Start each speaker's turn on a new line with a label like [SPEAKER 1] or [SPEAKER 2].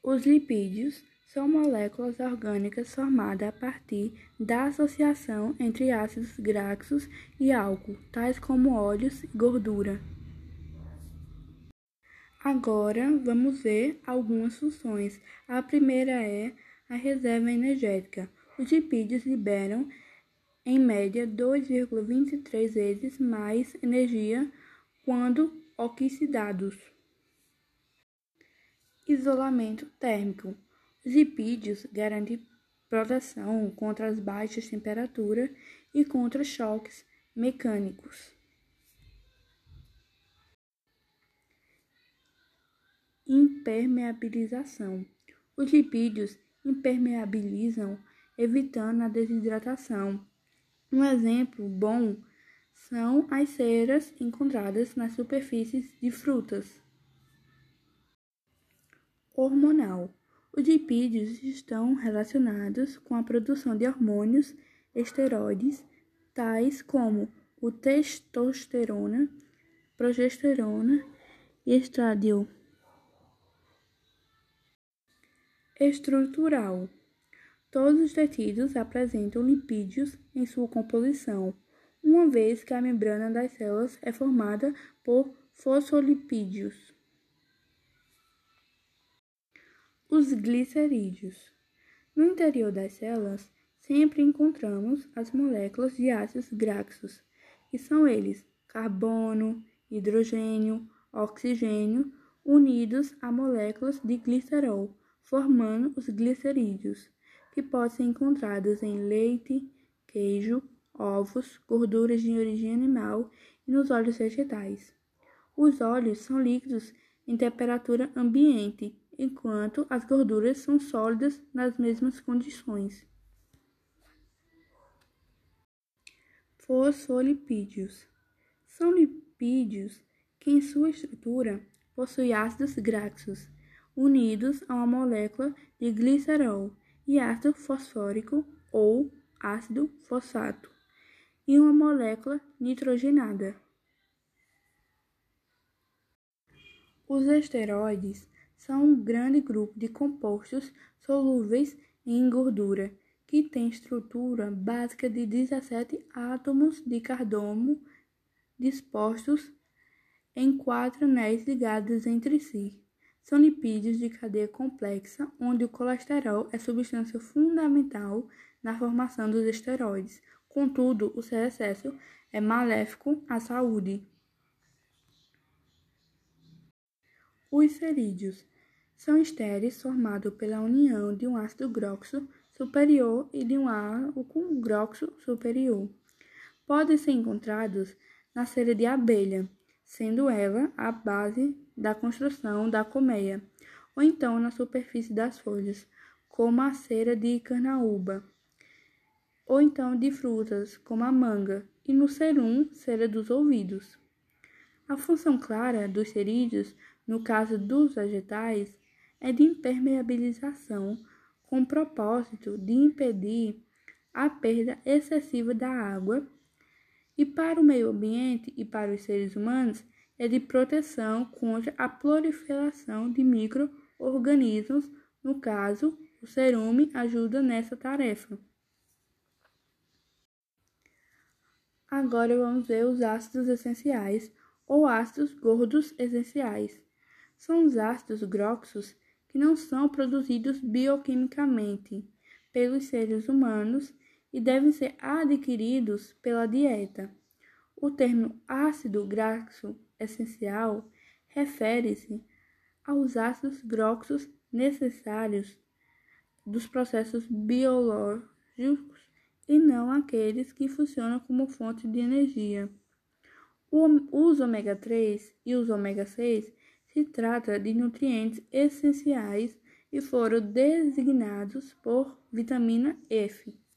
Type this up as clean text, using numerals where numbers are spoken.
[SPEAKER 1] Os lipídios são moléculas orgânicas formadas a partir da associação entre ácidos graxos e álcool, tais como óleos e gordura. Agora, vamos ver algumas funções. A primeira é a reserva energética. Os lipídios liberam, em média, 2,23 vezes mais energia quando oxidados. Isolamento térmico. Os lipídios garantem proteção contra as baixas temperaturas e contra choques mecânicos. Impermeabilização. Os lipídios impermeabilizam, evitando a desidratação. Um exemplo bom são as ceras encontradas nas superfícies de frutas. Hormonal. Os lipídios estão relacionados com a produção de hormônios esteroides, tais como o testosterona, progesterona e estradiol. Estrutural. Todos os tecidos apresentam lipídios em sua composição, uma vez que a membrana das células é formada por fosfolipídios. Os glicerídeos. No interior das células, sempre encontramos as moléculas de ácidos graxos, que são eles carbono, hidrogênio, oxigênio, unidos a moléculas de glicerol, formando os glicerídeos, que podem ser encontrados em leite, queijo, ovos, gorduras de origem animal e nos óleos vegetais. Os óleos são líquidos em temperatura ambiente, enquanto as gorduras são sólidas nas mesmas condições. Fosfolipídios. São lipídios que em sua estrutura possuem ácidos graxos, unidos a uma molécula de glicerol e ácido fosfórico ou ácido fosfato, e uma molécula nitrogenada. Os esteroides são um grande grupo de compostos solúveis em gordura, que tem estrutura básica de 17 átomos de carbono dispostos em 4 anéis ligados entre si. São lipídios de cadeia complexa, onde o colesterol é substância fundamental na formação dos esteroides. Contudo, o seu excesso é maléfico à saúde. Os cerídeos são estéreis formados pela união de um ácido groxo superior e de um álcool groxo superior. Podem ser encontrados na cera de abelha, sendo ela a base da construção da colmeia, ou então na superfície das folhas, como a cera de carnaúba, ou então de frutas, como a manga, e no cerum, cera dos ouvidos. A função clara dos cerídeos, no caso dos vegetais, é de impermeabilização, com o propósito de impedir a perda excessiva da água, e para o meio ambiente e para os seres humanos é de proteção contra a proliferação de micro-organismos. No caso, o cerume ajuda nessa tarefa. Agora vamos ver os ácidos essenciais ou ácidos gordos essenciais. São os ácidos groxos que não são produzidos bioquimicamente pelos seres humanos e devem ser adquiridos pela dieta. O termo ácido graxo essencial refere-se aos ácidos groxos necessários dos processos biológicos e não aqueles que funcionam como fonte de energia. Os ômega 3 e os ômega 6 se trata de nutrientes essenciais e foram designados por vitamina F.